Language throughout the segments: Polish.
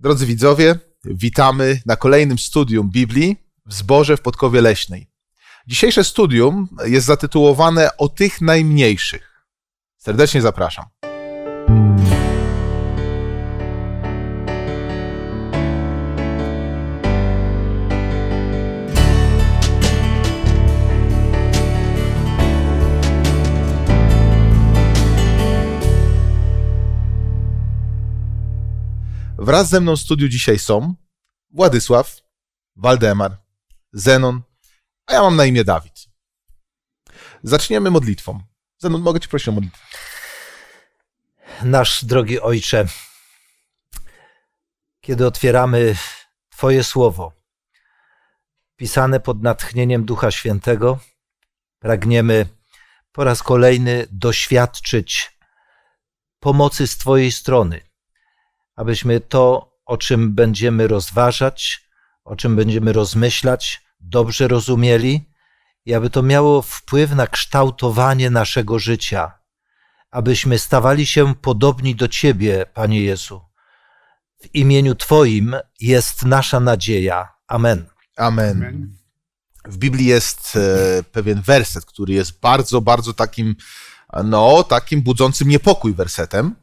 Drodzy widzowie, witamy na kolejnym studium Biblii w Zborze w Podkowie Leśnej. Dzisiejsze studium jest zatytułowane O tych najmniejszych. Serdecznie zapraszam. Wraz ze mną w studiu dzisiaj są Władysław, Waldemar, Zenon, a ja mam na imię Dawid. Zaczniemy modlitwą. Zenon, mogę Cię prosić o modlitwę? Nasz drogi Ojcze, kiedy otwieramy Twoje słowo, pisane pod natchnieniem Ducha Świętego, pragniemy po raz kolejny doświadczyć pomocy z Twojej strony, abyśmy to, o czym będziemy rozważać, o czym będziemy rozmyślać, dobrze rozumieli i aby to miało wpływ na kształtowanie naszego życia, abyśmy stawali się podobni do Ciebie, Panie Jezu. W imieniu Twoim jest nasza nadzieja. Amen. Amen. W Biblii jest pewien werset, który jest bardzo takim budzącym niepokój wersetem.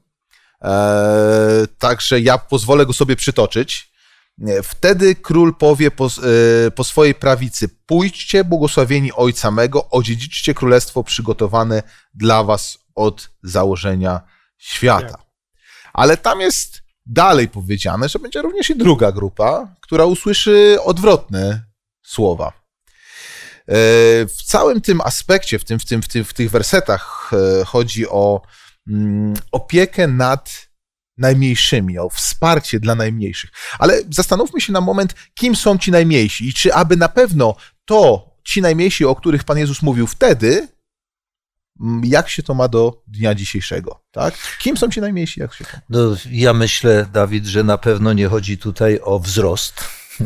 Także ja pozwolę go sobie przytoczyć. Wtedy król powie po swojej prawicy: pójdźcie, błogosławieni Ojca mego, odziedziczcie królestwo przygotowane dla was od założenia świata. Ale tam jest dalej powiedziane, że będzie również i druga grupa, która usłyszy odwrotne słowa. W całym tym aspekcie, w tych wersetach chodzi o opiekę nad najmniejszymi, o wsparcie dla najmniejszych. Ale zastanówmy się na moment, kim są ci najmniejsi i czy aby na pewno ci najmniejsi, o których Pan Jezus mówił wtedy, jak się to ma do dnia dzisiejszego, tak? Kim są ci najmniejsi? Jak się to... No, ja myślę, Dawid, że na pewno nie chodzi tutaj o wzrost,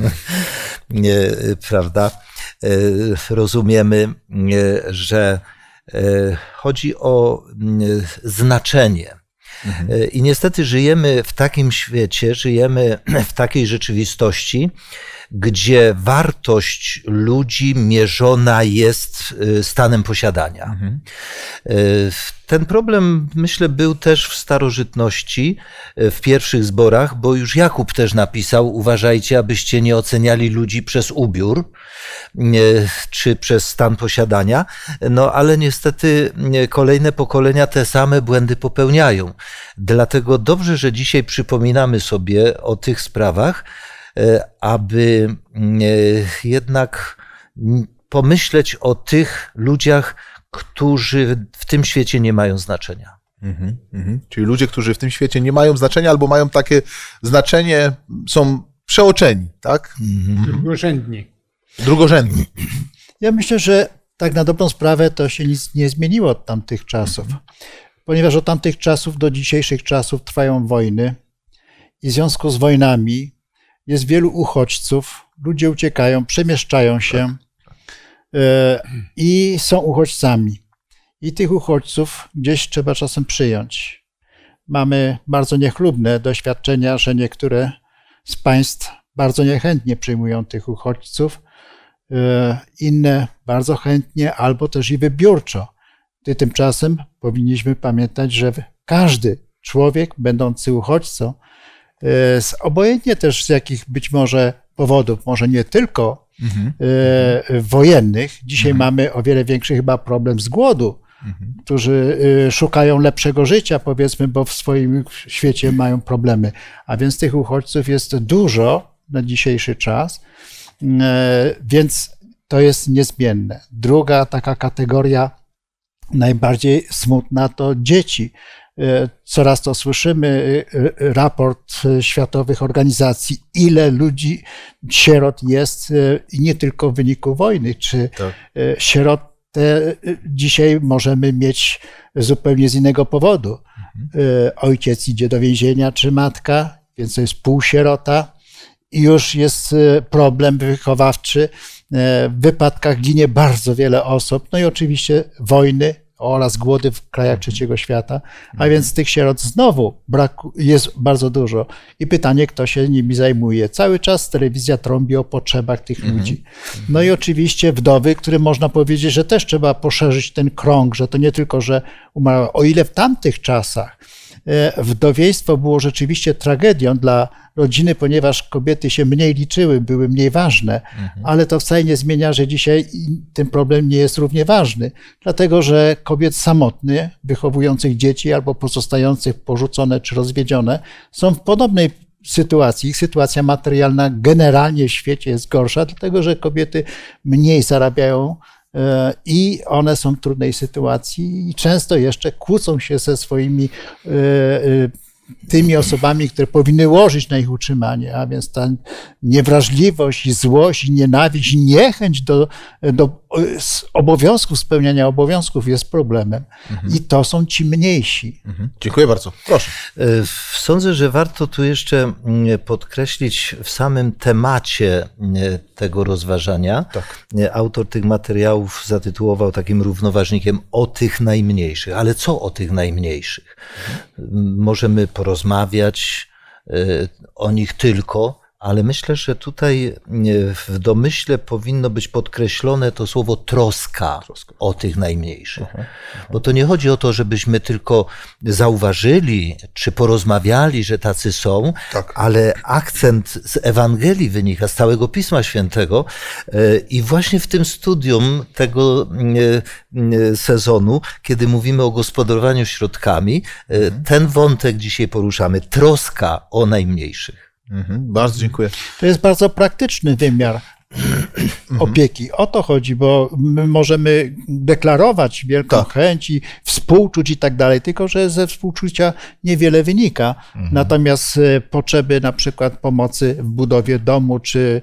prawda? Rozumiemy, że chodzi o znaczenie. I niestety żyjemy w takim świecie, żyjemy w takiej rzeczywistości, gdzie wartość ludzi mierzona jest stanem posiadania. Ten problem, myślę, był też w starożytności, w pierwszych zborach, bo już Jakub też napisał: uważajcie, abyście nie oceniali ludzi przez ubiór czy przez stan posiadania, no ale niestety kolejne pokolenia te same błędy popełniają. Dlatego dobrze, że dzisiaj przypominamy sobie o tych sprawach, aby jednak pomyśleć o tych ludziach, którzy w tym świecie nie mają znaczenia. Czyli ludzie, którzy w tym świecie nie mają znaczenia albo mają takie znaczenie, są przeoczeni, tak? Drugorzędni. Ja myślę, że tak na dobrą sprawę to się nic nie zmieniło od tamtych czasów, ponieważ od tamtych czasów do dzisiejszych czasów trwają wojny i w związku z wojnami jest wielu uchodźców, ludzie uciekają, przemieszczają się i są uchodźcami. I tych uchodźców gdzieś trzeba czasem przyjąć. Mamy bardzo niechlubne doświadczenia, że niektóre z państw bardzo niechętnie przyjmują tych uchodźców, inne bardzo chętnie albo też i wybiórczo. Tymczasem powinniśmy pamiętać, że każdy człowiek będący uchodźcą, obojętnie też z jakich być może powodów, może nie tylko wojennych. Dzisiaj mamy o wiele większy chyba problem z głodu, którzy szukają lepszego życia, powiedzmy, bo w swoim świecie mają problemy. A więc tych uchodźców jest dużo na dzisiejszy czas, więc to jest niezmienne. Druga taka kategoria, najbardziej smutna, to dzieci. Coraz to słyszymy, raport światowych organizacji, ile ludzi, sierot jest i nie tylko w wyniku wojny, czy sierot dzisiaj możemy mieć zupełnie z innego powodu. Ojciec idzie do więzienia, czy matka, więc to jest półsierota i już jest problem wychowawczy. W wypadkach ginie bardzo wiele osób, no i oczywiście wojny, oraz głody w krajach trzeciego świata, a więc tych sierot znowu jest bardzo dużo. I pytanie, kto się nimi zajmuje. Cały czas telewizja trąbi o potrzebach tych ludzi. No i oczywiście wdowy, które można powiedzieć, że też trzeba poszerzyć ten krąg, że to nie tylko, że umarła. O ile w tamtych czasach wdowiejstwo było rzeczywiście tragedią dla rodziny, ponieważ kobiety się mniej liczyły, były mniej ważne, ale to wcale nie zmienia, że dzisiaj ten problem nie jest równie ważny, dlatego że kobiet samotnych, wychowujących dzieci albo pozostających porzucone czy rozwiedzione są w podobnej sytuacji. Ich sytuacja materialna generalnie w świecie jest gorsza, dlatego że kobiety mniej zarabiają i one są w trudnej sytuacji i często jeszcze kłócą się ze swoimi tymi osobami, które powinny łożyć na ich utrzymanie, a więc ta niewrażliwość, i złość, i nienawiść, i niechęć do obowiązków, spełniania obowiązków jest problemem. I to są ci mniejsi. Dziękuję bardzo. Proszę. Sądzę, że warto tu jeszcze podkreślić w samym temacie tego rozważania. Tak. Autor tych materiałów zatytułował takim równoważnikiem o tych najmniejszych. Ale co o tych najmniejszych? Możemy porozmawiać o nich tylko, ale myślę, że tutaj w domyśle powinno być podkreślone to słowo troska o tych najmniejszych. Bo to nie chodzi o to, żebyśmy tylko zauważyli, czy porozmawiali, że tacy są, ale akcent z Ewangelii wynika, z całego Pisma Świętego i właśnie w tym studium tego sezonu, kiedy mówimy o gospodarowaniu środkami, ten wątek dzisiaj poruszamy. Troska o najmniejszych. Bardzo dziękuję. To jest bardzo praktyczny wymiar opieki. O to chodzi, bo my możemy deklarować wielką chęć i współczuć i tak dalej, tylko że ze współczucia niewiele wynika. Natomiast potrzeby na przykład pomocy w budowie domu, czy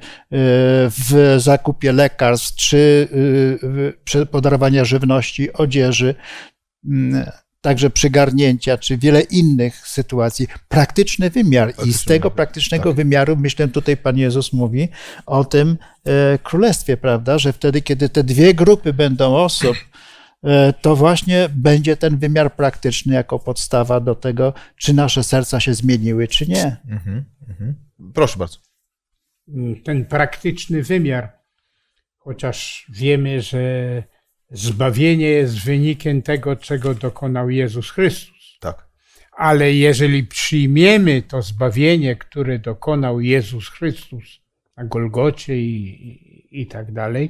w zakupie lekarstw, czy podarowania żywności, odzieży, także przygarnięcia, czy wiele innych sytuacji. Praktyczny wymiar. I z tego praktycznego wymiaru, myślę, tutaj Pan Jezus mówi o tym królestwie, prawda, że wtedy, kiedy te dwie grupy będą osób, to właśnie będzie ten wymiar praktyczny jako podstawa do tego, czy nasze serca się zmieniły, czy nie. Proszę bardzo. Ten praktyczny wymiar, chociaż wiemy, że zbawienie jest wynikiem tego, czego dokonał Jezus Chrystus. Tak. Ale jeżeli przyjmiemy to zbawienie, które dokonał Jezus Chrystus na Golgocie i tak dalej,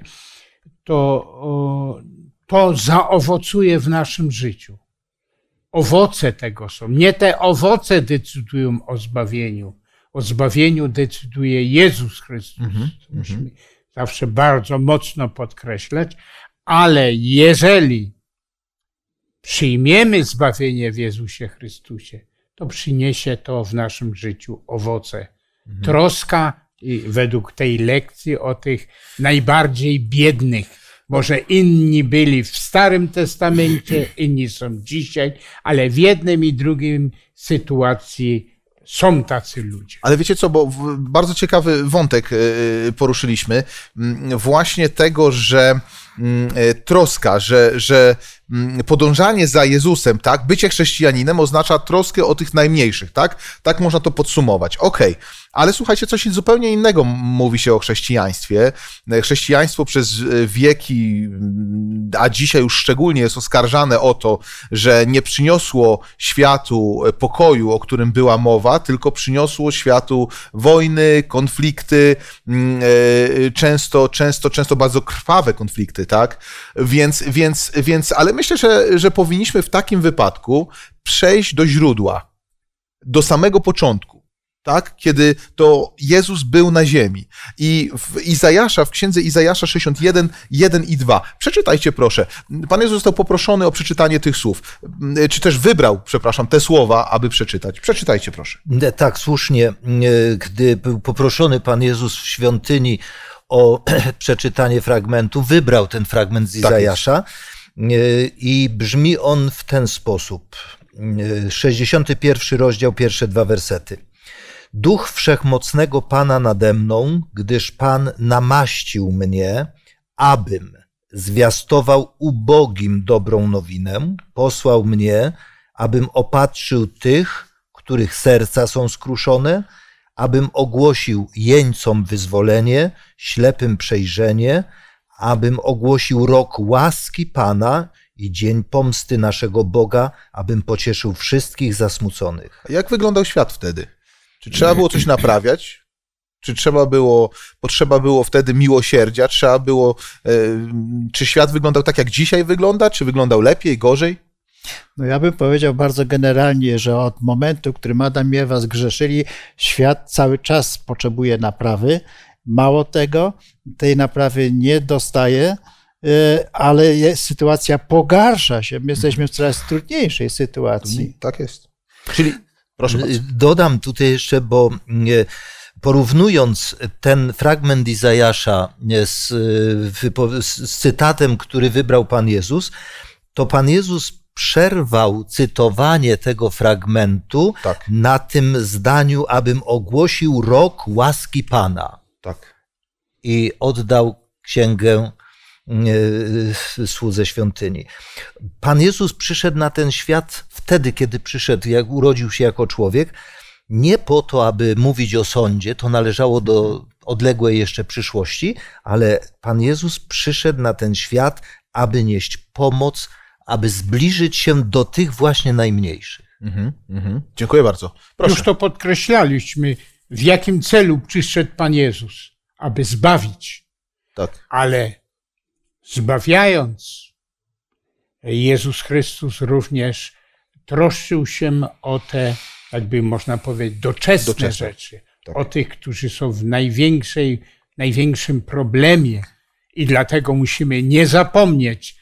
to zaowocuje w naszym życiu. Owoce tego są. Nie te owoce decydują o zbawieniu. O zbawieniu decyduje Jezus Chrystus. Musimy zawsze bardzo mocno podkreślać. Ale jeżeli przyjmiemy zbawienie w Jezusie Chrystusie, to przyniesie to w naszym życiu owoce. Troska według tej lekcji o tych najbardziej biednych. Może inni byli w Starym Testamencie, inni są dzisiaj, ale w jednym i drugim sytuacji są tacy ludzie. Ale wiecie co, bo bardzo ciekawy wątek poruszyliśmy, właśnie tego, że troska, że podążanie za Jezusem, tak, bycie chrześcijaninem oznacza troskę o tych najmniejszych, tak? Tak można to podsumować. Okej. Ale słuchajcie, coś zupełnie innego mówi się o chrześcijaństwie. Chrześcijaństwo przez wieki, a dzisiaj już szczególnie jest oskarżane o to, że nie przyniosło światu pokoju, o którym była mowa, tylko przyniosło światu wojny, konflikty, często bardzo krwawe konflikty, tak? Więc ale myślę, że powinniśmy w takim wypadku przejść do źródła, do samego początku. Tak? Kiedy to Jezus był na ziemi. I w księdze Izajasza 61, 1 i 2. Przeczytajcie proszę. Pan Jezus został poproszony o przeczytanie tych słów. Czy też wybrał, te słowa, aby przeczytać. Przeczytajcie proszę. Tak, słusznie. Gdy był poproszony Pan Jezus w świątyni o przeczytanie fragmentu, wybrał ten fragment z Izajasza i brzmi on w ten sposób. 61 rozdział, pierwsze 2 wersety. Duch Wszechmocnego Pana nade mną, gdyż Pan namaścił mnie, abym zwiastował ubogim dobrą nowinę, posłał mnie, abym opatrzył tych, których serca są skruszone, abym ogłosił jeńcom wyzwolenie, ślepym przejrzenie, abym ogłosił rok łaski Pana i dzień pomsty naszego Boga, abym pocieszył wszystkich zasmuconych. Jak wyglądał świat wtedy? Czy trzeba było coś naprawiać? Czy potrzeba było wtedy miłosierdzia? Czy świat wyglądał tak, jak dzisiaj wygląda? Czy wyglądał lepiej, gorzej? No ja bym powiedział bardzo generalnie, że od momentu, w którym Adam i Ewa zgrzeszyli, świat cały czas potrzebuje naprawy. Mało tego, tej naprawy nie dostaje, ale sytuacja pogarsza się. My jesteśmy w coraz trudniejszej sytuacji. Tak jest. Czyli, proszę bardzo. Dodam tutaj jeszcze, bo porównując ten fragment Izajasza z cytatem, który wybrał Pan Jezus, to Pan Jezus przerwał cytowanie tego fragmentu na tym zdaniu, abym ogłosił rok łaski Pana. Tak. I oddał księgę słudze świątyni. Pan Jezus przyszedł na ten świat wtedy, kiedy przyszedł, jak urodził się jako człowiek, nie po to, aby mówić o sądzie, to należało do odległej jeszcze przyszłości, ale Pan Jezus przyszedł na ten świat, aby nieść pomoc, aby zbliżyć się do tych właśnie najmniejszych. Dziękuję bardzo. Proszę. Już to podkreślaliśmy, w jakim celu przyszedł Pan Jezus, aby zbawić. Tak. Ale zbawiając, Jezus Chrystus również troszczył się o te, jakby można powiedzieć, doczesne rzeczy. Tak. O tych, którzy są w największym problemie. I dlatego musimy nie zapomnieć,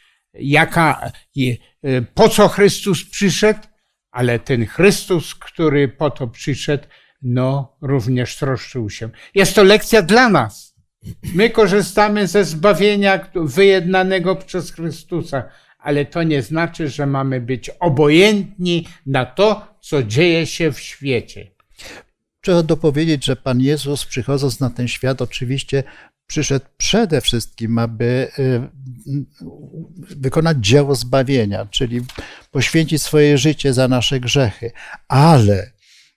po co Chrystus przyszedł, ale ten Chrystus, który po to przyszedł, również troszczył się. Jest to lekcja dla nas. My korzystamy ze zbawienia wyjednanego przez Chrystusa, ale to nie znaczy, że mamy być obojętni na to, co dzieje się w świecie. Trzeba dopowiedzieć, że Pan Jezus, przychodząc na ten świat, oczywiście przyszedł przede wszystkim, aby wykonać dzieło zbawienia, czyli poświęcić swoje życie za nasze grzechy. Ale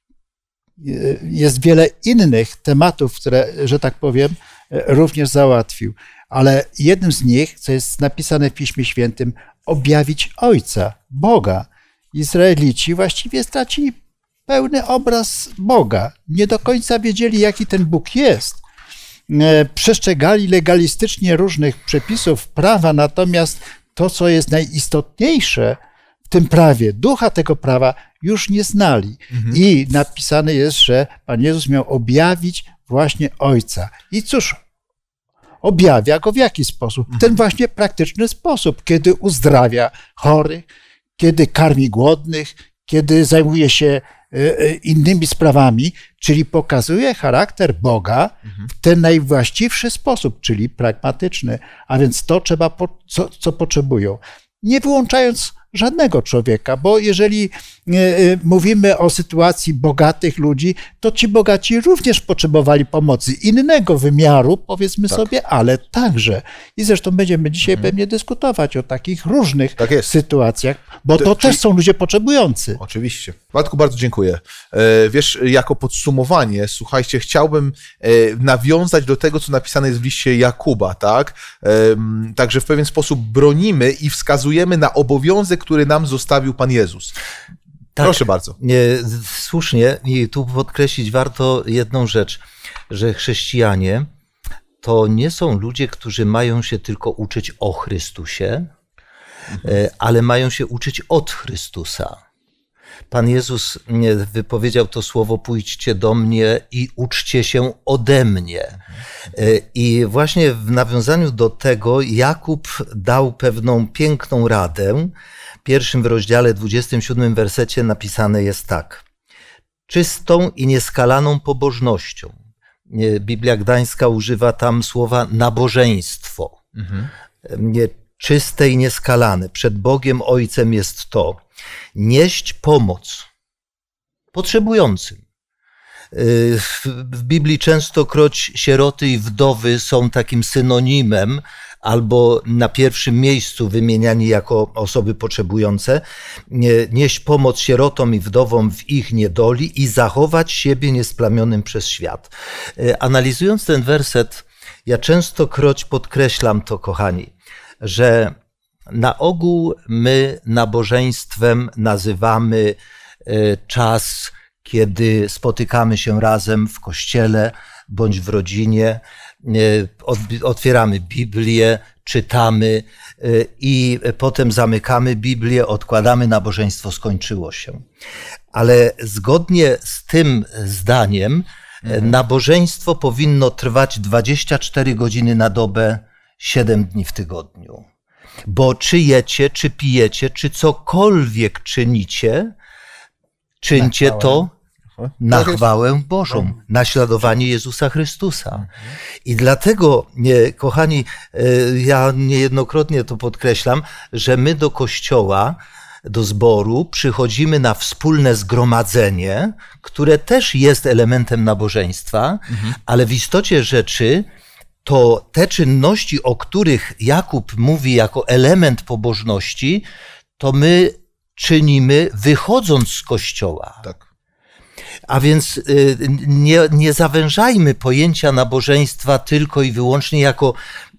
jest wiele innych tematów, które, że tak powiem, również załatwił. Ale jednym z nich, co jest napisane w Piśmie Świętym, objawić Ojca, Boga. Izraelici właściwie stracili pełny obraz Boga. Nie do końca wiedzieli, jaki ten Bóg jest. Przestrzegali legalistycznie różnych przepisów prawa, natomiast to, co jest najistotniejsze w tym prawie, ducha tego prawa już nie znali. I napisane jest, że Pan Jezus miał objawić właśnie Ojca. I cóż, objawia go w jaki sposób? W ten właśnie praktyczny sposób, kiedy uzdrawia chorych, kiedy karmi głodnych, kiedy zajmuje się innymi sprawami, czyli pokazuje charakter Boga w ten najwłaściwszy sposób, czyli pragmatyczny, a więc to trzeba, co potrzebują. Nie wyłączając żadnego człowieka, bo jeżeli mówimy o sytuacji bogatych ludzi, to ci bogaci również potrzebowali pomocy innego wymiaru, powiedzmy sobie, ale także. I zresztą będziemy dzisiaj pewnie dyskutować o takich różnych sytuacjach, bo to też są ludzie potrzebujący. Oczywiście. Władku, bardzo dziękuję. Wiesz, jako podsumowanie, słuchajcie, chciałbym nawiązać do tego, co napisane jest w liście Jakuba, tak? Także w pewien sposób bronimy i wskazujemy na obowiązek, który nam zostawił Pan Jezus. Tak, proszę bardzo. Słusznie. I tu podkreślić warto jedną rzecz, że chrześcijanie to nie są ludzie, którzy mają się tylko uczyć o Chrystusie, ale mają się uczyć od Chrystusa. Pan Jezus wypowiedział to słowo: pójdźcie do mnie i uczcie się ode mnie. I właśnie w nawiązaniu do tego Jakub dał pewną piękną radę. W pierwszym rozdziale, 27 wersecie napisane jest tak. Czystą i nieskalaną pobożnością. Biblia Gdańska używa tam słowa nabożeństwo. Czyste i nieskalane. Przed Bogiem Ojcem jest to. Nieść pomoc potrzebującym. W Biblii częstokroć sieroty i wdowy są takim synonimem, albo na pierwszym miejscu wymieniani jako osoby potrzebujące, nieść pomoc sierotom i wdowom w ich niedoli i zachować siebie niesplamionym przez świat. Analizując ten werset, ja częstokroć podkreślam to, kochani, że na ogół my nabożeństwem nazywamy czas, kiedy spotykamy się razem w kościele bądź w rodzinie, otwieramy Biblię, czytamy i potem zamykamy Biblię, odkładamy nabożeństwo, skończyło się. Ale zgodnie z tym zdaniem nabożeństwo powinno trwać 24 godziny na dobę, 7 dni w tygodniu. Bo czy jecie, czy pijecie, czy cokolwiek czynicie, czyńcie to na chwałę Bożą, naśladowanie Jezusa Chrystusa. I dlatego, kochani, ja niejednokrotnie to podkreślam, że my do kościoła, do zboru przychodzimy na wspólne zgromadzenie, które też jest elementem nabożeństwa, ale w istocie rzeczy to te czynności, o których Jakub mówi jako element pobożności, to my czynimy wychodząc z kościoła. Tak. A więc nie zawężajmy pojęcia nabożeństwa tylko i wyłącznie jako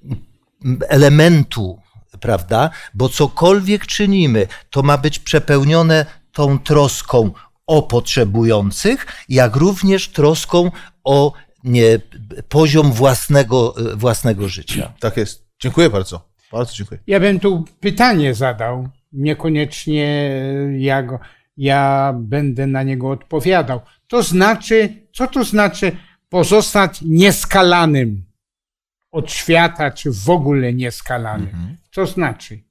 elementu, prawda? Bo cokolwiek czynimy, to ma być przepełnione tą troską o potrzebujących, jak również troską o poziom własnego życia. Tak jest. Dziękuję bardzo. Bardzo dziękuję. Ja bym tu pytanie zadał, niekoniecznie ja będę na niego odpowiadał. To znaczy, co to znaczy pozostać nieskalanym od świata, czy w ogóle nieskalanym? Co znaczy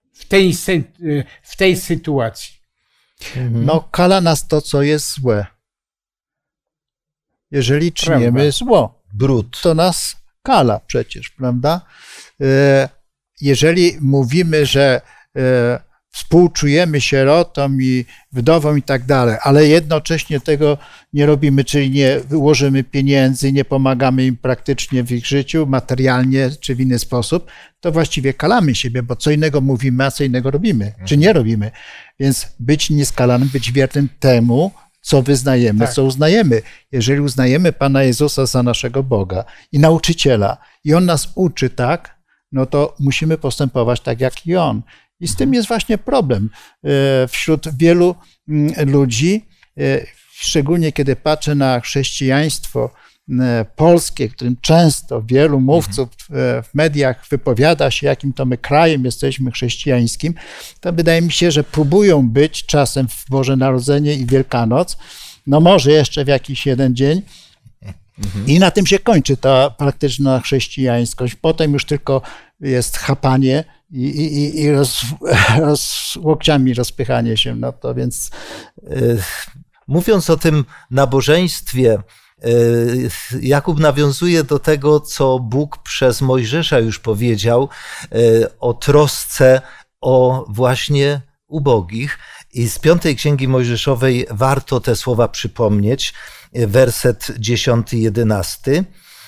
w tej sytuacji? No, kala nas to, co jest złe. Jeżeli czyniemy zło, Brud. to nas kala przecież, prawda? Jeżeli mówimy, że współczujemy sierotom i wdowom i tak dalej, ale jednocześnie tego nie robimy, czyli nie wyłożymy pieniędzy, nie pomagamy im praktycznie w ich życiu, materialnie czy w inny sposób, to właściwie kalamy siebie, bo co innego mówimy, a co innego robimy, czy nie robimy. Więc być nieskalanym, być wiernym temu, co wyznajemy, co uznajemy. Jeżeli uznajemy Pana Jezusa za naszego Boga i nauczyciela i On nas uczy tak, no to musimy postępować tak jak i On. I z tym jest właśnie problem wśród wielu ludzi, szczególnie kiedy patrzę na chrześcijaństwo polskie, którym często wielu mówców w mediach wypowiada się, jakim to my krajem jesteśmy chrześcijańskim, to wydaje mi się, że próbują być czasem w Boże Narodzenie i Wielkanoc, no może jeszcze w jakiś jeden dzień, i na tym się kończy ta praktyczna chrześcijańskość. Potem już tylko jest chapanie i łokciami rozpychanie się. No to więc... Mówiąc o tym nabożeństwie, Jakub nawiązuje do tego, co Bóg przez Mojżesza już powiedział o trosce o właśnie ubogich. I z 5 Księgi Mojżeszowej warto te słowa przypomnieć. Werset 10 i 11.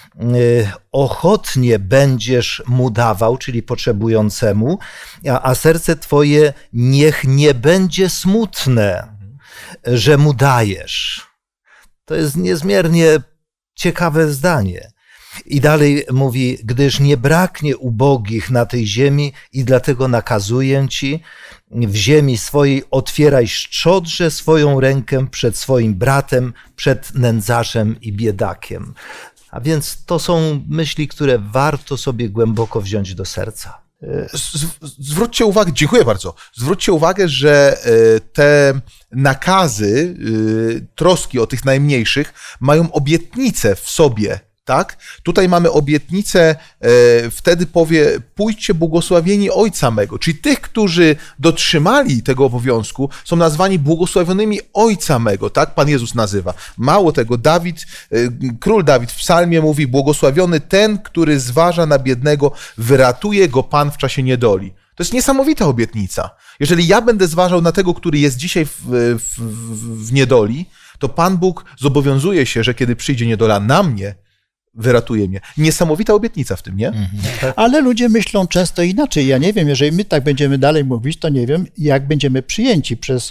Ochotnie będziesz mu dawał, czyli potrzebującemu, a serce twoje niech nie będzie smutne, że mu dajesz. To jest niezmiernie ciekawe zdanie. I dalej mówi, gdyż nie braknie ubogich na tej ziemi i dlatego nakazuję ci, w ziemi swojej otwieraj szczodrze swoją rękę przed swoim bratem, przed nędzarzem i biedakiem. A więc to są myśli, które warto sobie głęboko wziąć do serca. Zwróćcie uwagę, dziękuję bardzo, zwróćcie uwagę, że te nakazy, troski o tych najmniejszych mają obietnicę w sobie, tak? Tutaj mamy obietnicę, wtedy powie, pójdźcie błogosławieni Ojca mego, czyli tych, którzy dotrzymali tego obowiązku, są nazwani błogosławionymi Ojca mego, tak? Pan Jezus nazywa. Mało tego, król Dawid w psalmie mówi, błogosławiony ten, który zważa na biednego, wyratuje go Pan w czasie niedoli. To jest niesamowita obietnica. Jeżeli ja będę zważał na tego, który jest dzisiaj w niedoli, to Pan Bóg zobowiązuje się, że kiedy przyjdzie niedola na mnie, wyratuje mnie. Niesamowita obietnica w tym, nie? Ale ludzie myślą często inaczej. Ja nie wiem, jeżeli my tak będziemy dalej mówić, to nie wiem, jak będziemy przyjęci przez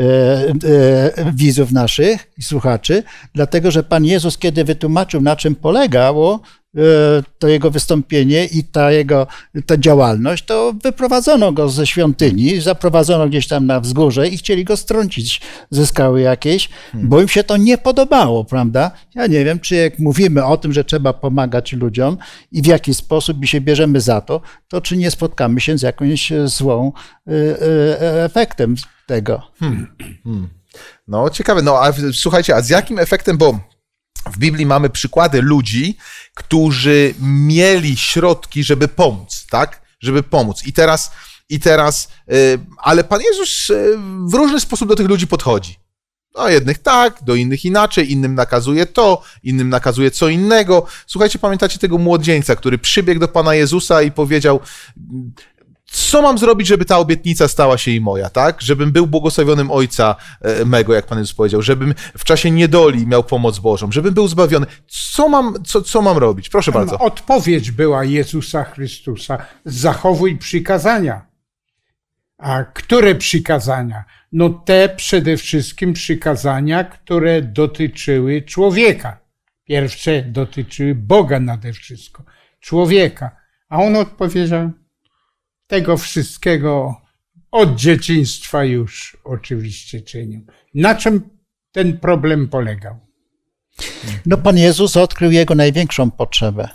widzów naszych i słuchaczy, dlatego że Pan Jezus, kiedy wytłumaczył, na czym polegało to jego wystąpienie i ta działalność, to wyprowadzono go ze świątyni, zaprowadzono gdzieś tam na wzgórze i chcieli go strącić ze skały jakiejś, bo im się to nie podobało, prawda? Ja nie wiem, czy jak mówimy o tym, że trzeba pomagać ludziom i w jaki sposób i się bierzemy za to, to czy nie spotkamy się z jakimś złą efektem tego. No ciekawe, no a słuchajcie, a z jakim efektem, bo w Biblii mamy przykłady ludzi, którzy mieli środki, żeby pomóc, tak? Żeby pomóc. I teraz, ale Pan Jezus w różny sposób do tych ludzi podchodzi. Do jednych tak, do innych inaczej, innym nakazuje to, innym nakazuje co innego. Słuchajcie, pamiętacie tego młodzieńca, który przybiegł do Pana Jezusa i powiedział: co mam zrobić, żeby ta obietnica stała się i moja, tak? Żebym był błogosławionym Ojca mego, jak Pan Jezus powiedział, żebym w czasie niedoli miał pomoc Bożą, żebym był zbawiony. Co mam robić? Proszę bardzo. Odpowiedź była Jezusa Chrystusa: zachowuj przykazania. A które przykazania? No te przede wszystkim przykazania, które dotyczyły człowieka. Pierwsze dotyczyły Boga nade wszystko, człowieka. A on odpowiedział: tego wszystkiego od dzieciństwa już oczywiście czynił. Na czym ten problem polegał? No Pan Jezus odkrył jego największą potrzebę,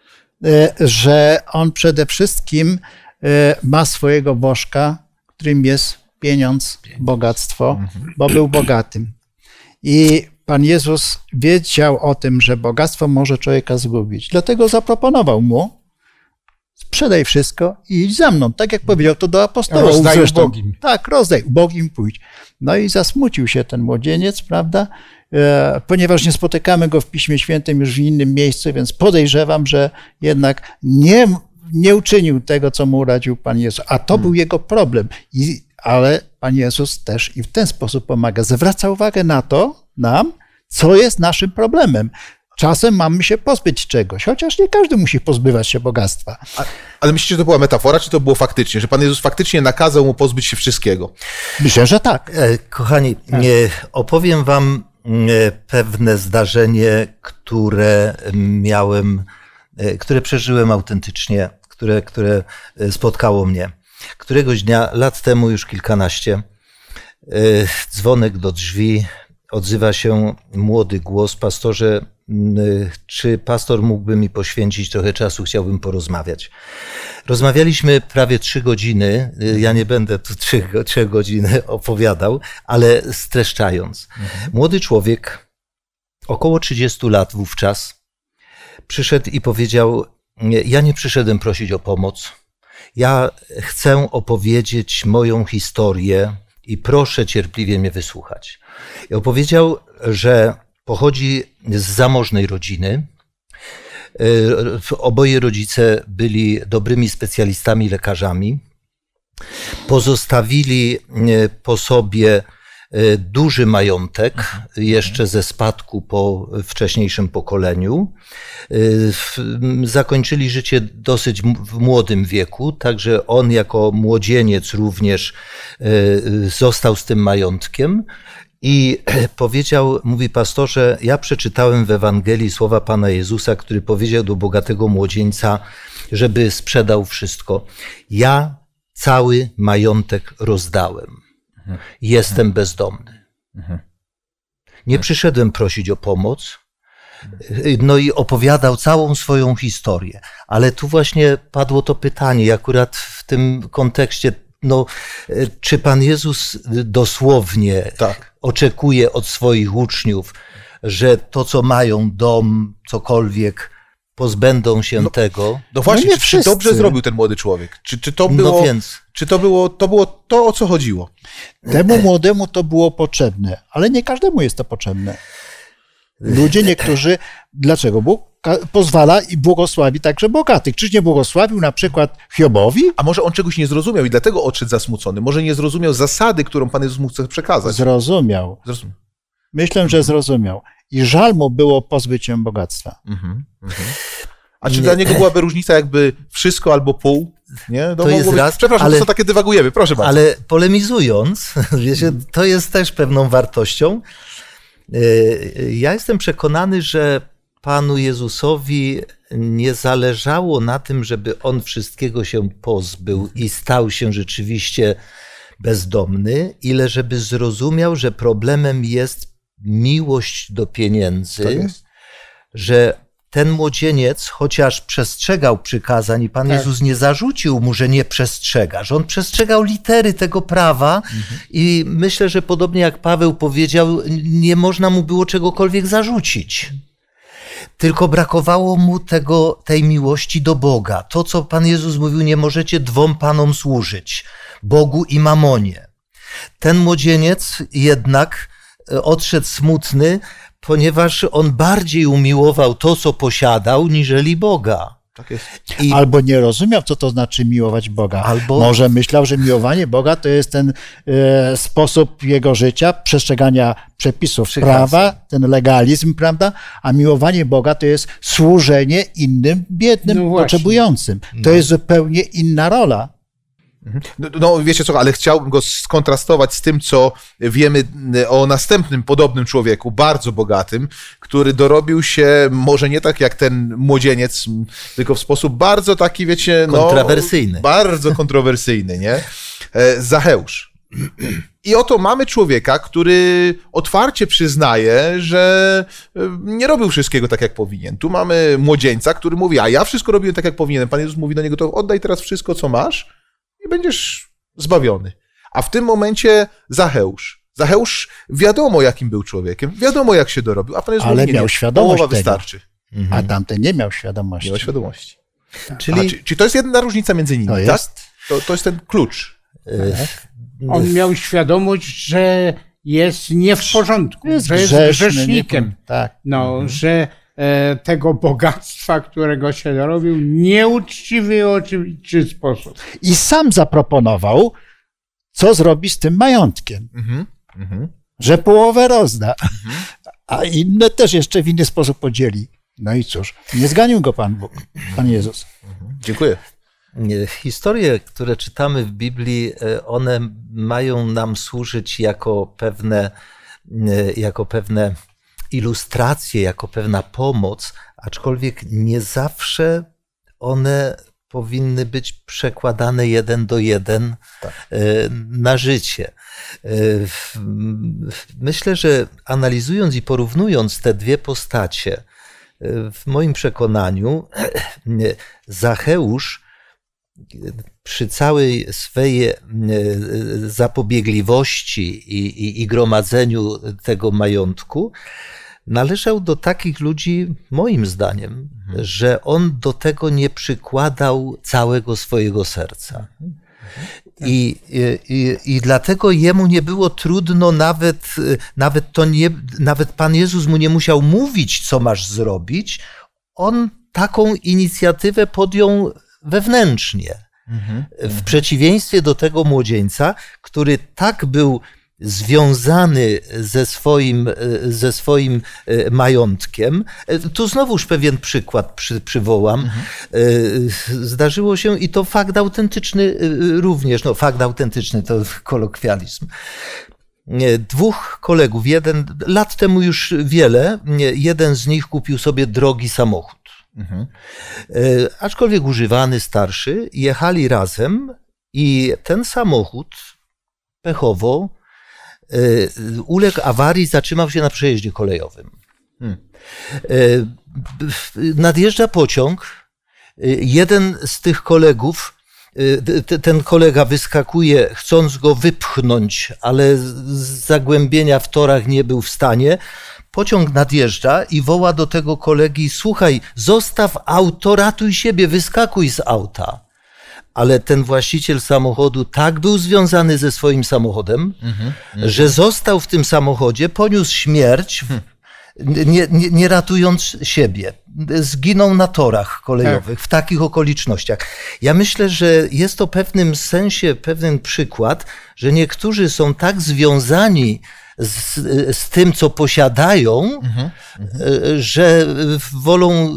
że on przede wszystkim ma swojego bożka, którym jest pieniądz, bogactwo, bo był bogatym. I Pan Jezus wiedział o tym, że bogactwo może człowieka zgubić. Dlatego zaproponował mu: sprzedaj wszystko i idź za mną. Tak jak powiedział to do apostołów. Rozdaj ubogim. Tak, rozdaj, ubogim pójdź. No i zasmucił się ten młodzieniec, prawda? Ponieważ nie spotykamy go w Piśmie Świętym już w innym miejscu, więc podejrzewam, że jednak nie uczynił tego, co mu radził Pan Jezus. A to był jego problem. Ale Pan Jezus też i w ten sposób pomaga. Zwraca uwagę na to nam, co jest naszym problemem. Czasem mamy się pozbyć czegoś, chociaż nie każdy musi pozbywać się bogactwa. Ale myślicie, że to była metafora, czy to było faktycznie? Że Pan Jezus faktycznie nakazał mu pozbyć się wszystkiego? Myślę, że tak. Kochani, opowiem wam pewne zdarzenie, które przeżyłem autentycznie, które spotkało mnie. Któregoś dnia, lat temu już kilkanaście, dzwonek do drzwi, odzywa się młody głos: pastorze, czy pastor mógłby mi poświęcić trochę czasu, chciałbym porozmawiać. Rozmawialiśmy prawie 3 godziny, ja nie będę tu 3 godziny opowiadał, ale streszczając. Młody człowiek, około 30 lat wówczas, przyszedł i powiedział: ja nie przyszedłem prosić o pomoc, ja chcę opowiedzieć moją historię i proszę cierpliwie mnie wysłuchać. I opowiedział, że pochodzi z zamożnej rodziny. Oboje rodzice byli dobrymi specjalistami, lekarzami. Pozostawili po sobie duży majątek, jeszcze ze spadku po wcześniejszym pokoleniu. Zakończyli życie dosyć w młodym wieku, także on jako młodzieniec również został z tym majątkiem. I powiedział, mówi: pastorze, ja przeczytałem w Ewangelii słowa Pana Jezusa, który powiedział do bogatego młodzieńca, żeby sprzedał wszystko. Ja cały majątek rozdałem. Jestem bezdomny. Nie przyszedłem prosić o pomoc. No i opowiadał całą swoją historię. Ale tu właśnie padło to pytanie, akurat w tym kontekście, no, czy Pan Jezus dosłownie oczekuje od swoich uczniów, że to, co mają, dom, cokolwiek, pozbędą się tego? No właśnie, czy dobrze zrobił ten młody człowiek? Czy to było, to było to, o co chodziło? Temu młodemu to było potrzebne, ale nie każdemu jest to potrzebne. Ludzie niektórzy, dlaczego? Bóg pozwala i błogosławi także bogatych. Czyż nie błogosławił na przykład Hiobowi? A może on czegoś nie zrozumiał i dlatego odszedł zasmucony? Może nie zrozumiał zasady, którą Pan Jezus mu chce przekazać? Zrozumiał. Myślę, że zrozumiał. i żal mu było pozbyć się bogactwa. A czy dla niego byłaby różnica jakby wszystko albo pół? Nie? To jest raz, przepraszam, ale, to takie dywagujemy, proszę bardzo. Ale polemizując, wiecie, to jest też pewną wartością. Ja jestem przekonany, że Panu Jezusowi nie zależało na tym, żeby On wszystkiego się pozbył i stał się rzeczywiście bezdomny, ile żeby zrozumiał, że problemem jest miłość do pieniędzy, Tak jest. że ten młodzieniec, chociaż przestrzegał przykazań i Pan Jezus nie zarzucił mu, że nie przestrzega, że on przestrzegał litery tego prawa i myślę, że podobnie jak Paweł powiedział, nie można mu było czegokolwiek zarzucić. Tylko brakowało mu tej miłości do Boga. To, co Pan Jezus mówił, nie możecie dwom panom służyć, Bogu i mamonie. Ten młodzieniec jednak odszedł smutny, ponieważ on bardziej umiłował to, co posiadał, niżeli Boga. Tak jest. Albo nie rozumiał, co to znaczy miłować Boga. Albo może myślał, że miłowanie Boga to jest ten sposób jego życia, przestrzegania przepisów prawa, ten legalizm, prawda? A miłowanie Boga to jest służenie innym, biednym, potrzebującym. To jest zupełnie inna rola. No wiecie co, ale chciałbym go skontrastować z tym, co wiemy o następnym podobnym człowieku, bardzo bogatym, który dorobił się może nie tak jak ten młodzieniec, tylko w sposób bardzo taki, wiecie, kontrowersyjny. Bardzo kontrowersyjny, nie? Zacheusz. I oto mamy człowieka, który otwarcie przyznaje, że nie robił wszystkiego tak, jak powinien. Tu mamy młodzieńca, który mówi, a ja wszystko robiłem tak, jak powinienem. Pan Jezus mówi do niego, to oddaj teraz wszystko, co masz, i będziesz zbawiony. A w tym momencie Zacheusz wiadomo, jakim był człowiekiem, wiadomo, jak się dorobił, a Pan Jezus ale mówi, miał świadomość połowa tego. wystarczy. A tamten nie miał świadomości. Nie ma świadomości. Czyli to jest jedna różnica między nimi, to tak? jest. To jest ten klucz. On miał świadomość, że jest nie w porządku, że jest grzesznikiem. Tak. Że tego bogactwa, którego się dorobił, nieuczciwy, oczywisty sposób. I sam zaproponował, co zrobi z tym majątkiem. Że połowę rozda, a inne też jeszcze w inny sposób podzieli. No i cóż, nie zganił go Pan Bóg, Pan Jezus. Dziękuję. Historie, które czytamy w Biblii, one mają nam służyć jako pewne ilustracje, jako pewna pomoc, aczkolwiek nie zawsze one powinny być przekładane 1:1 na życie. Myślę, że analizując i porównując te dwie postacie, w moim przekonaniu Zacheusz przy całej swej zapobiegliwości i gromadzeniu tego majątku należał do takich ludzi, moim zdaniem, że on do tego nie przykładał całego swojego serca. I dlatego jemu nie było trudno, nawet Pan Jezus mu nie musiał mówić, co masz zrobić. On taką inicjatywę podjął wewnętrznie. W przeciwieństwie do tego młodzieńca, który tak był związany ze swoim majątkiem. Tu znowuż pewien przykład przywołam. Zdarzyło się i to fakt autentyczny również, fakt autentyczny to kolokwializm. Dwóch kolegów, lat temu już wiele, jeden z nich kupił sobie drogi samochód. Aczkolwiek używany, starszy, jechali razem i ten samochód pechowo uległ awarii, zatrzymał się na przejeździe kolejowym. Nadjeżdża pociąg, jeden z tych kolegów, ten kolega wyskakuje, chcąc go wypchnąć, ale z zagłębienia w torach nie był w stanie. Pociąg nadjeżdża i woła do tego kolegi: słuchaj, zostaw auto, ratuj siebie, wyskakuj z auta. Ale ten właściciel samochodu tak był związany ze swoim samochodem, że został w tym samochodzie, poniósł śmierć, nie ratując siebie. Zginął na torach kolejowych w takich okolicznościach. Ja myślę, że jest to w pewnym sensie pewien przykład, że niektórzy są tak związani z tym, co posiadają, że wolą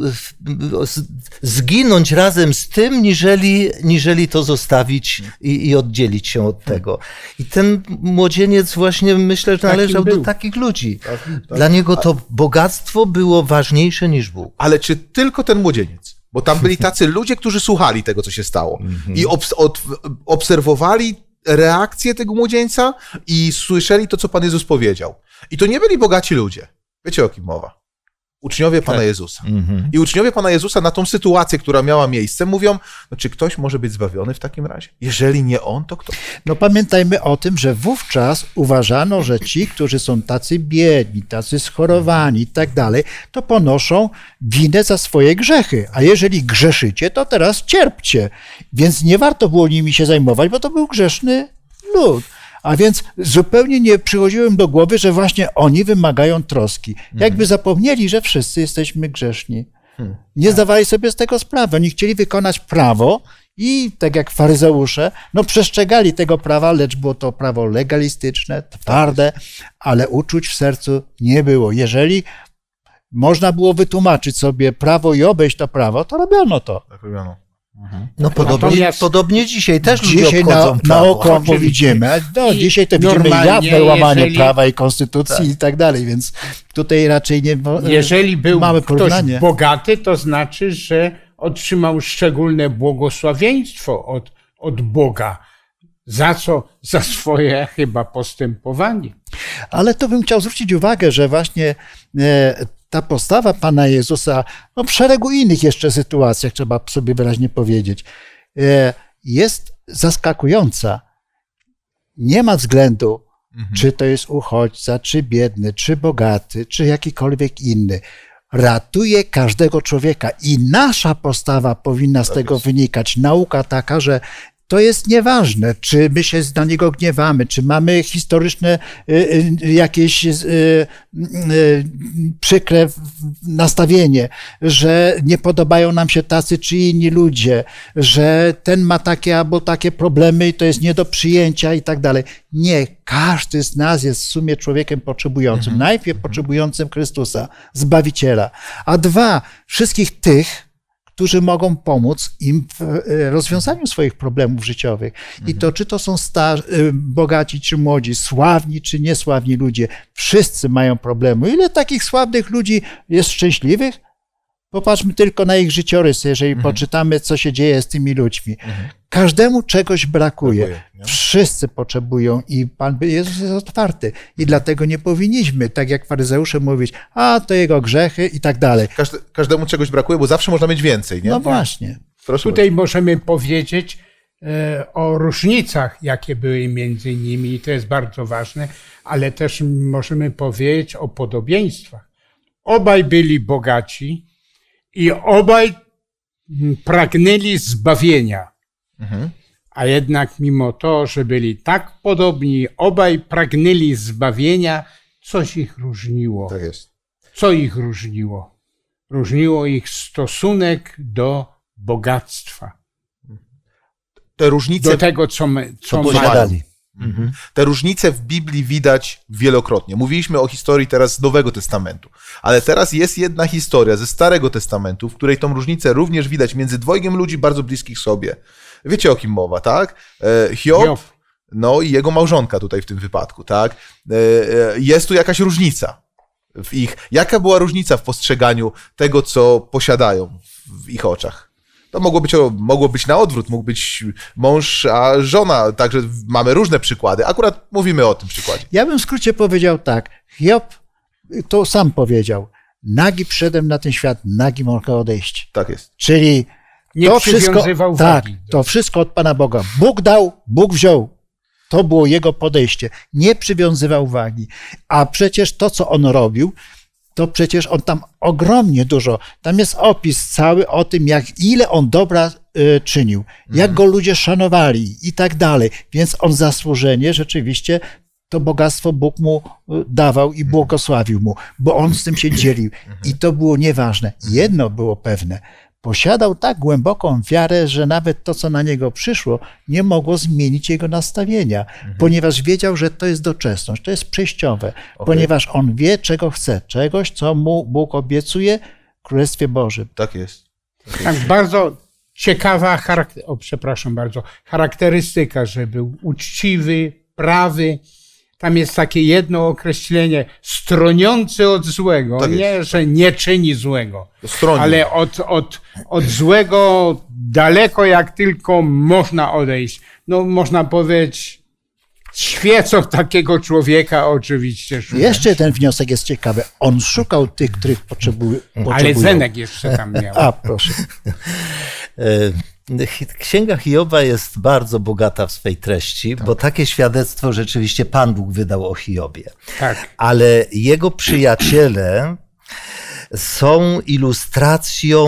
zginąć razem z tym, niżeli to zostawić i oddzielić się od tego. I ten młodzieniec właśnie, myślę, że należał do takich ludzi. Dla niego to bogactwo było ważniejsze niż Bóg. Ale czy tylko ten młodzieniec? Bo tam byli tacy ludzie, którzy słuchali tego, co się stało i obserwowali reakcję tego młodzieńca i słyszeli to, co Pan Jezus powiedział. I to nie byli bogaci ludzie. Wiecie, o kim mowa? Uczniowie Pana Jezusa. I uczniowie Pana Jezusa na tą sytuację, która miała miejsce, mówią, no czy ktoś może być zbawiony w takim razie? Jeżeli nie on, to kto? No pamiętajmy o tym, że wówczas uważano, że ci, którzy są tacy biedni, tacy schorowani i tak dalej, to ponoszą winę za swoje grzechy. A jeżeli grzeszycie, to teraz cierpcie. Więc nie warto było nimi się zajmować, bo to był grzeszny lud. A więc zupełnie nie przychodziło im do głowy, że właśnie oni wymagają troski. Jakby zapomnieli, że wszyscy jesteśmy grzeszni. Nie zdawali sobie z tego sprawy. Oni chcieli wykonać prawo i tak jak faryzeusze, no przestrzegali tego prawa, lecz było to prawo legalistyczne, twarde, ale uczuć w sercu nie było. Jeżeli można było wytłumaczyć sobie prawo i obejść to prawo, to robiono to. Tak robiono. No podobnie dzisiaj też ludzie dzisiaj obchodzą na prawo. oko widzimy, a no, dzisiaj to widzimy jawne łamanie prawa i konstytucji i tak dalej, więc tutaj raczej nie jeżeli był mamy ktoś porównanie. bogaty, to znaczy, że otrzymał szczególne błogosławieństwo od Boga. Za co? Za swoje chyba postępowanie. Ale to bym chciał zwrócić uwagę, że właśnie ta postawa Pana Jezusa, no w szeregu innych jeszcze sytuacjach, trzeba sobie wyraźnie powiedzieć, jest zaskakująca. Nie ma względu, czy to jest uchodźca, czy biedny, czy bogaty, czy jakikolwiek inny. Ratuje każdego człowieka i nasza postawa powinna z tego wynikać. Nauka taka, że to jest nieważne, czy my się na niego gniewamy, czy mamy historyczne jakieś przykre nastawienie, że nie podobają nam się tacy czy inni ludzie, że ten ma takie albo takie problemy i to jest nie do przyjęcia i tak dalej. Nie, każdy z nas jest w sumie człowiekiem potrzebującym. Najpierw potrzebującym Chrystusa, Zbawiciela, a dwa, wszystkich tych, którzy mogą pomóc im w rozwiązaniu swoich problemów życiowych. I to, czy to są bogaci, czy młodzi, sławni, czy niesławni ludzie, wszyscy mają problemy. Ile takich sławnych ludzi jest szczęśliwych? Popatrzmy tylko na ich życiorysy, jeżeli poczytamy, co się dzieje z tymi ludźmi. Każdemu czegoś brakuje. Wszyscy potrzebują i Pan Jezus jest otwarty. I dlatego nie powinniśmy, tak jak faryzeusze, mówić, a to jego grzechy i tak dalej. Każdemu czegoś brakuje, bo zawsze można mieć więcej, nie? No właśnie. Proszę Tutaj możemy powiedzieć o różnicach, jakie były między nimi i to jest bardzo ważne, ale też możemy powiedzieć o podobieństwach. Obaj byli bogaci i obaj pragnęli zbawienia. A jednak mimo to, że byli tak podobni, obaj pragnęli zbawienia, coś ich różniło. Tak jest. Co ich różniło? Różniło ich stosunek do bogactwa. Te różnice, Do tego, co posiadali. Te różnice w Biblii widać wielokrotnie. Mówiliśmy o historii teraz z Nowego Testamentu, ale teraz jest jedna historia ze Starego Testamentu, w której tą różnicę również widać między dwojgiem ludzi bardzo bliskich sobie. Wiecie, o kim mowa, tak? Hiob, no i jego małżonka tutaj w tym wypadku, tak? Jest tu jakaś różnica w ich... Jaka była różnica w postrzeganiu tego, co posiadają w ich oczach? To mogło być na odwrót, mógł być mąż, a żona, także mamy różne przykłady. Akurat mówimy o tym przykładzie. Ja bym w skrócie powiedział tak, Hiob to sam powiedział, nagi przyszedłem na ten świat, nagi mogę odejść. Tak jest. Czyli nie to wszystko, przywiązywał tak, wagi. to wszystko od Pana Boga. Bóg dał, Bóg wziął. To było jego podejście. Nie przywiązywał wagi. A przecież to, co on robił, to przecież on tam ogromnie dużo, tam jest opis cały o tym, ile on dobra czynił, jak go ludzie szanowali i tak dalej. Więc on zasłużenie rzeczywiście to bogactwo Bóg mu dawał i błogosławił mu, bo on z tym się dzielił. I to było nieważne. Jedno było pewne. posiadał tak głęboką wiarę, że nawet to, co na niego przyszło, nie mogło zmienić jego nastawienia, ponieważ wiedział, że to jest doczesność, to jest przejściowe, ponieważ on wie, czego chce, czegoś, co mu Bóg obiecuje w Królestwie Bożym. Tak jest. Tak, bardzo ciekawa charakterystyka, że był uczciwy, prawy. Tam jest takie jedno określenie, stroniący od złego. Tak nie, że nie czyni złego, Stroni. ale od złego daleko jak tylko można odejść. No można powiedzieć, świecą takiego człowieka oczywiście. Jeszcze ten wniosek jest ciekawy. On szukał tych, których potrzebują. Ale Zenek jeszcze tam miał. A, proszę. Księga Hioba jest bardzo bogata w swej treści, bo takie świadectwo rzeczywiście Pan Bóg wydał o Hiobie. Tak. Ale jego przyjaciele są ilustracją,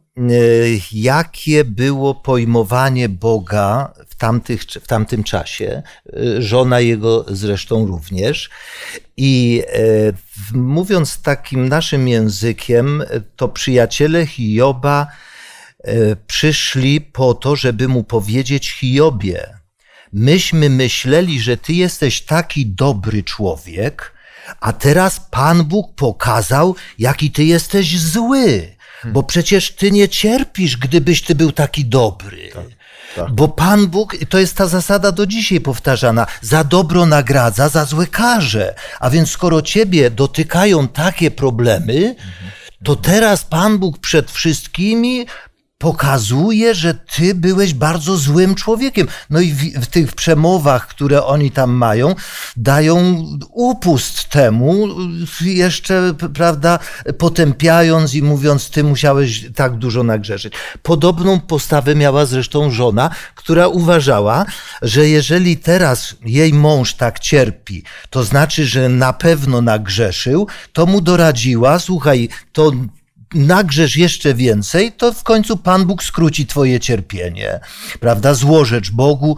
jakie było pojmowanie Boga w tamtym czasie. Żona jego zresztą również. I mówiąc takim naszym językiem, to przyjaciele Hioba przyszli po to, żeby mu powiedzieć: Hiobie, myśmy myśleli, że ty jesteś taki dobry człowiek, a teraz Pan Bóg pokazał, jaki ty jesteś zły, bo przecież ty nie cierpisz, gdybyś ty był taki dobry. Tak. Bo Pan Bóg, to jest ta zasada do dzisiaj powtarzana, za dobro nagradza, za złe karze. A więc skoro ciebie dotykają takie problemy, to teraz Pan Bóg przed wszystkimi pokazuje, że ty byłeś bardzo złym człowiekiem. No i w tych przemowach, które oni tam mają, dają upust temu, jeszcze, prawda, potępiając i mówiąc, ty musiałeś tak dużo nagrzeszyć. Podobną postawę miała zresztą żona, która uważała, że jeżeli teraz jej mąż tak cierpi, to znaczy, że na pewno nagrzeszył, to mu doradziła: słuchaj, to nagrzesz jeszcze więcej, to w końcu Pan Bóg skróci twoje cierpienie, prawda? Złożecz Bogu,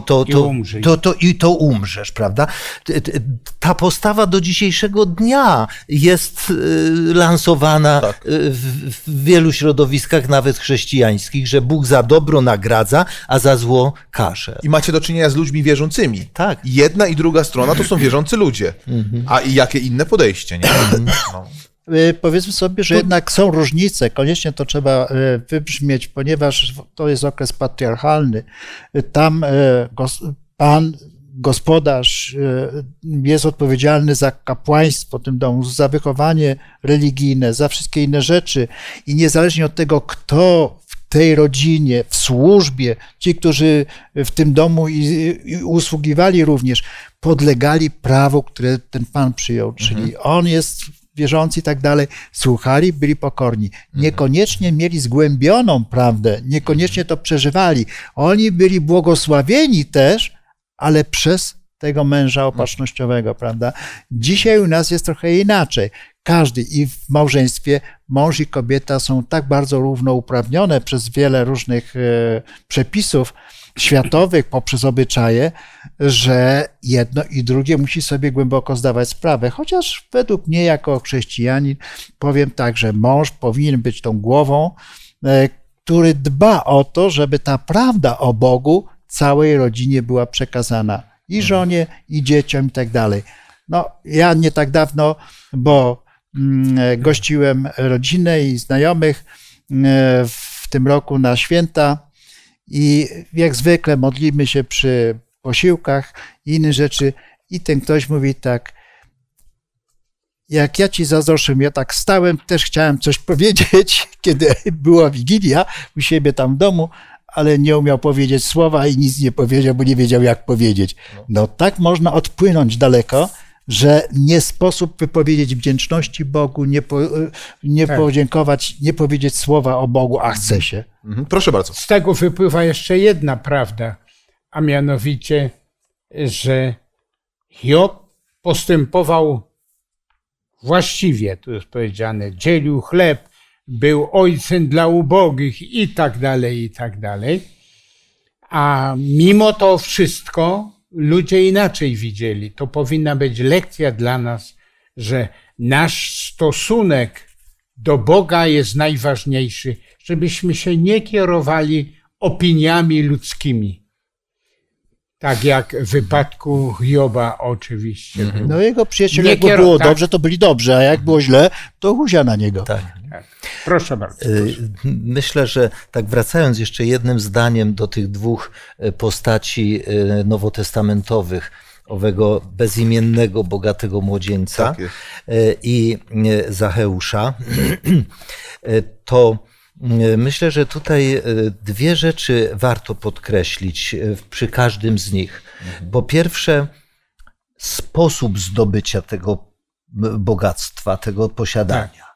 to umrzesz, prawda? Ta postawa do dzisiejszego dnia jest lansowana w wielu środowiskach, nawet chrześcijańskich, że Bóg za dobro nagradza, a za zło karze. I macie do czynienia z ludźmi wierzącymi. Tak. Jedna i druga strona to są wierzący ludzie. A i jakie inne podejście, nie? No. Powiedzmy sobie, że jednak są różnice, koniecznie to trzeba wybrzmieć, ponieważ to jest okres patriarchalny. Tam pan, gospodarz jest odpowiedzialny za kapłaństwo w tym domu, za wychowanie religijne, za wszystkie inne rzeczy i niezależnie od tego, kto w tej rodzinie, w służbie, ci, którzy w tym domu i usługiwali również, podlegali prawu, które ten pan przyjął, czyli on jest wierzący i tak dalej, słuchali, byli pokorni. Niekoniecznie mieli zgłębioną prawdę, niekoniecznie to przeżywali. Oni byli błogosławieni też, ale przez tego męża opatrznościowego, prawda? Dzisiaj u nas jest trochę inaczej. Każdy i w małżeństwie mąż i kobieta są tak bardzo równouprawnione przez wiele różnych przepisów światowych, poprzez obyczaje, że jedno i drugie musi sobie głęboko zdawać sprawę. Chociaż według mnie jako chrześcijanin powiem tak, że mąż powinien być tą głową, który dba o to, żeby ta prawda o Bogu całej rodzinie była przekazana. I żonie, i dzieciom, i tak dalej. No, ja nie tak dawno, bo gościłem rodzinę i znajomych w tym roku na święta i jak zwykle modlimy się przy posiłkach i inne rzeczy i ten ktoś mówi tak: jak ja ci zazdroszczę, ja tak stałem, też chciałem coś powiedzieć, kiedy była Wigilia u siebie tam w domu, ale nie umiał powiedzieć słowa i nic nie powiedział, bo nie wiedział, jak powiedzieć. No tak można odpłynąć daleko, że nie sposób wypowiedzieć wdzięczności Bogu, nie podziękować, nie powiedzieć słowa o Bogu, a chce się. Proszę bardzo. Z tego wypływa jeszcze jedna prawda, a mianowicie, że Hiob postępował właściwie, tu jest powiedziane, dzielił chleb, był ojcem dla ubogich i tak dalej, i tak dalej. A mimo to wszystko ludzie inaczej widzieli. To powinna być lekcja dla nas, że nasz stosunek do Boga jest najważniejszy, żebyśmy się nie kierowali opiniami ludzkimi. Tak jak w wypadku Hioba oczywiście. No jego przyjaciele, jakby było dobrze, to byli dobrzy, a jak było źle, to huzia na niego. Tak. Proszę bardzo. Myślę, że tak wracając jeszcze jednym zdaniem do tych dwóch postaci nowotestamentowych, owego bezimiennego, bogatego młodzieńca Tak jest. i Zacheusza, to myślę, że tutaj dwie rzeczy warto podkreślić przy każdym z nich. Po pierwsze, sposób zdobycia tego bogactwa, tego posiadania.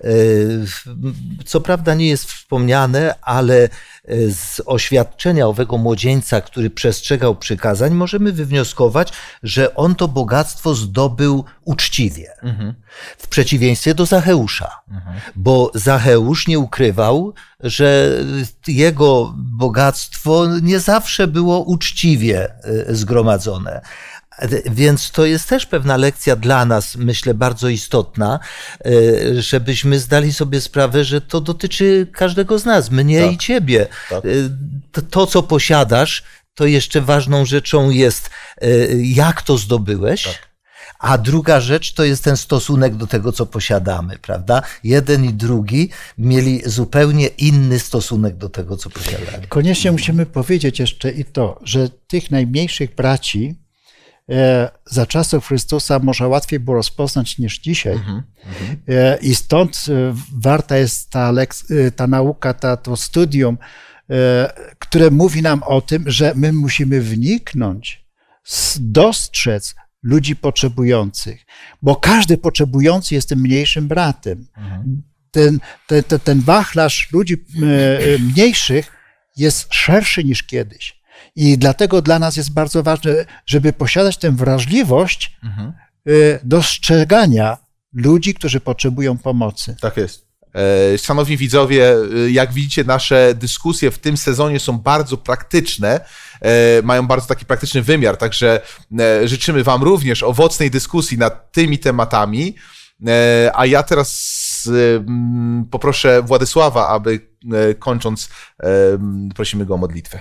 Co prawda nie jest wspomniane, ale z oświadczenia owego młodzieńca, który przestrzegał przykazań, możemy wywnioskować, że on to bogactwo zdobył uczciwie. W przeciwieństwie do Zacheusza. Bo Zacheusz nie ukrywał, że jego bogactwo nie zawsze było uczciwie zgromadzone. Więc to jest też pewna lekcja dla nas, myślę, bardzo istotna, żebyśmy zdali sobie sprawę, że to dotyczy każdego z nas, mnie i ciebie. Tak. To, co posiadasz, to jeszcze ważną rzeczą jest, jak to zdobyłeś. Tak. A druga rzecz to jest ten stosunek do tego, co posiadamy, prawda? Jeden i drugi mieli zupełnie inny stosunek do tego, co posiadali. Koniecznie musimy powiedzieć jeszcze i to, że tych najmniejszych braci za czasów Chrystusa może łatwiej było rozpoznać niż dzisiaj. I stąd warta jest ta nauka, to studium, które mówi nam o tym, że my musimy wniknąć, dostrzec ludzi potrzebujących, bo każdy potrzebujący jest tym mniejszym bratem. Ten wachlarz ludzi mniejszych jest szerszy niż kiedyś. I dlatego dla nas jest bardzo ważne, żeby posiadać tę wrażliwość dostrzegania ludzi, którzy potrzebują pomocy. Tak jest. Szanowni widzowie, jak widzicie, nasze dyskusje w tym sezonie są bardzo praktyczne, mają bardzo taki praktyczny wymiar, także życzymy wam również owocnej dyskusji nad tymi tematami, a ja teraz poproszę Władysława, aby kończąc prosimy go o modlitwę.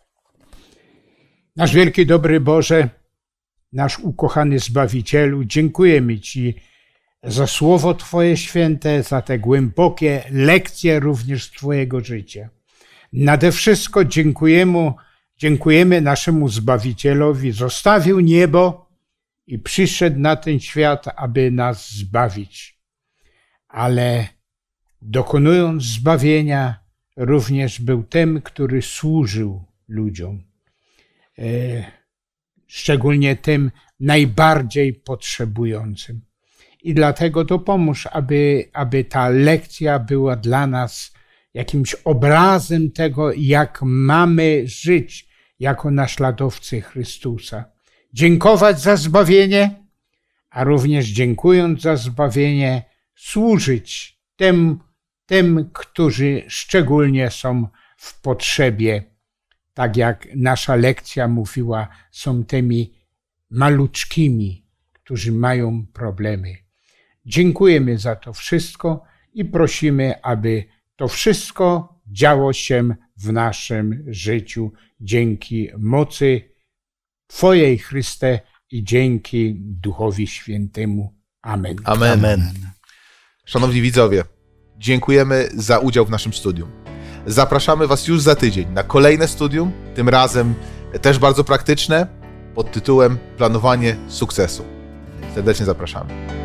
Nasz wielki, dobry Boże, nasz ukochany Zbawicielu, dziękujemy Ci za Słowo Twoje święte, za te głębokie lekcje również z Twojego życia. Nade wszystko dziękujemy naszemu Zbawicielowi, zostawił niebo i przyszedł na ten świat, aby nas zbawić. Ale dokonując zbawienia, również był tym, który służył ludziom. Szczególnie tym najbardziej potrzebującym. I dlatego dopomóż, aby ta lekcja była dla nas jakimś obrazem tego, jak mamy żyć jako naśladowcy Chrystusa. Dziękować za zbawienie, a również dziękując za zbawienie, służyć tym, którzy szczególnie są w potrzebie. Tak jak nasza lekcja mówiła, są tymi maluczkimi, którzy mają problemy. Dziękujemy za to wszystko i prosimy, aby to wszystko działo się w naszym życiu dzięki mocy Twojej, Chryste, i dzięki Duchowi Świętemu. Amen. Amen. Amen. Szanowni widzowie, dziękujemy za udział w naszym studium. Zapraszamy Was już za tydzień na kolejne studium, tym razem też bardzo praktyczne, pod tytułem Planowanie sukcesu. Serdecznie zapraszamy.